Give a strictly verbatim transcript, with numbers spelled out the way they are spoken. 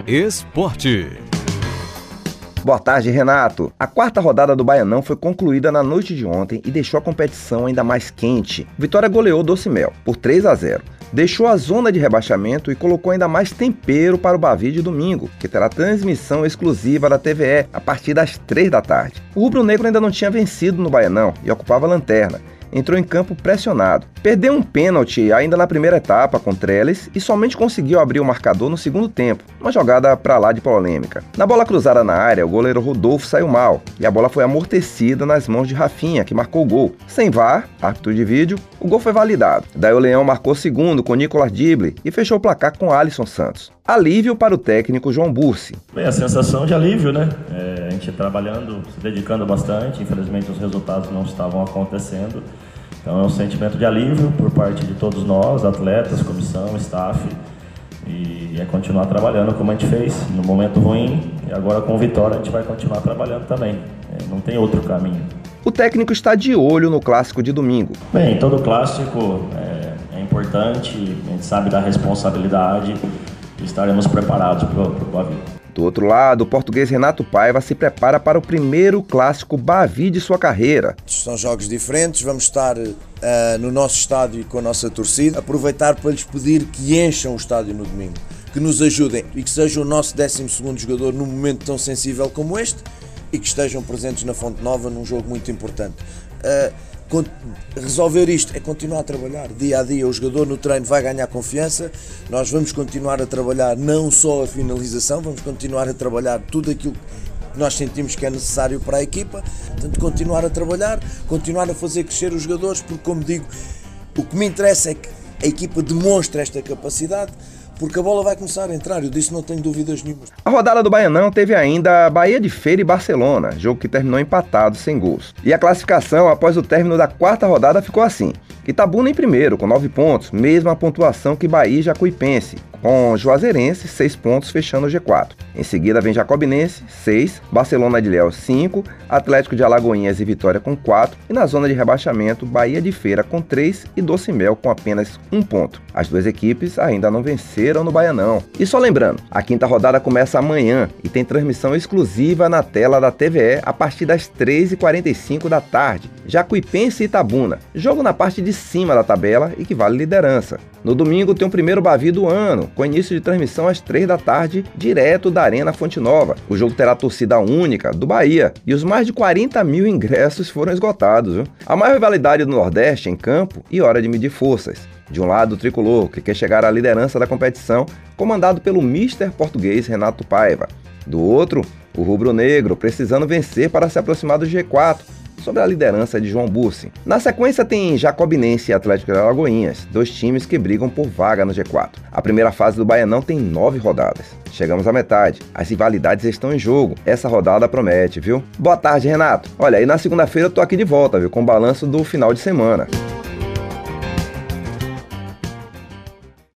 Esporte. Boa tarde, Renato. A quarta rodada do Baianão foi concluída na noite de ontem e deixou a competição ainda mais quente. Vitória goleou Docimel por três a zero. Deixou a zona de rebaixamento e colocou ainda mais tempero para o Bavi de domingo, que terá transmissão exclusiva da T V E a partir das três da tarde. O rubro-negro ainda não tinha vencido no Baianão e ocupava a lanterna. Entrou em campo pressionado. Perdeu um pênalti ainda na primeira etapa com Trellis e somente conseguiu abrir o marcador no segundo tempo, uma jogada pra lá de polêmica. Na bola cruzada na área, o goleiro Rodolfo saiu mal e a bola foi amortecida nas mãos de Rafinha, que marcou o gol. Sem V A R, árbitro de vídeo, o gol foi validado. Daí o Leão marcou segundo com Nicolas Dible e fechou o placar com Alisson Santos. Alívio para o técnico João Bursi. Bem, a sensação de alívio, né? É, a gente trabalhando, se dedicando bastante, infelizmente os resultados não estavam acontecendo. Então é um sentimento de alívio por parte de todos nós, atletas, comissão, staff, e é continuar trabalhando como a gente fez no momento ruim, e agora com vitória a gente vai continuar trabalhando também, é, não tem outro caminho. O técnico está de olho no clássico de domingo. Bem, todo clássico é, é importante, a gente sabe da responsabilidade e estaremos preparados para o Bavi. Do outro lado, o português Renato Paiva se prepara para o primeiro clássico Bavi de sua carreira. São jogos diferentes, vamos estar uh, no nosso estádio e com a nossa torcida. Aproveitar para lhes pedir que encham o estádio no domingo, que nos ajudem e que sejam o nosso décimo segundo jogador num momento tão sensível como este e que estejam presentes na Fonte Nova num jogo muito importante. Uh, Resolver isto é continuar a trabalhar dia a dia. O jogador no treino vai ganhar confiança, nós vamos continuar a trabalhar não só a finalização, vamos continuar a trabalhar tudo aquilo que nós sentimos que é necessário para a equipa. Portanto, continuar a trabalhar, continuar a fazer crescer os jogadores, porque, como digo, o que me interessa é que a equipa demonstre esta capacidade, porque a bola vai começar a entrar, eu disse, não tenho dúvidas nenhuma. A rodada do Baianão teve ainda Bahia de Feira e Barcelona, jogo que terminou empatado, sem gols. E a classificação após o término da quarta rodada ficou assim: Itabuna em primeiro, com nove pontos, mesma pontuação que Bahia e Jacuipense, com Juazeirense, seis pontos, fechando o G quatro. Em seguida vem Jacobinense, seis, Barcelona de Ilhéus, cinco, Atlético de Alagoinhas e Vitória com quatro, e na zona de rebaixamento, Bahia de Feira com três e Docimel com apenas um ponto. As duas equipes ainda não venceram no Baianão. E só lembrando, a quinta rodada começa amanhã e tem transmissão exclusiva na tela da T V E a partir das três e quarenta e cinco da tarde. Jacuipense e Itabuna, jogo na parte de cima da tabela e que vale liderança. No domingo tem o primeiro Bavi do ano, com início de transmissão às três da tarde, direto da Arena Fonte Nova. O jogo terá torcida única do Bahia e os mais de quarenta mil ingressos foram esgotados. Viu? A maior rivalidade do Nordeste em campo e hora de medir forças. De um lado, o tricolor, que quer chegar à liderança da competição, comandado pelo mister português Renato Paiva. Do outro, o rubro-negro, precisando vencer para se aproximar do G quatro, sobre a liderança de João Bursi. Na sequência tem Jacobinense e Atlético de Alagoinhas, dois times que brigam por vaga no G quatro. A primeira fase do Baianão tem nove rodadas. Chegamos à metade, as rivalidades estão em jogo. Essa rodada promete, viu? Boa tarde, Renato. Olha, e na segunda-feira eu tô aqui de volta, viu, com o balanço do final de semana.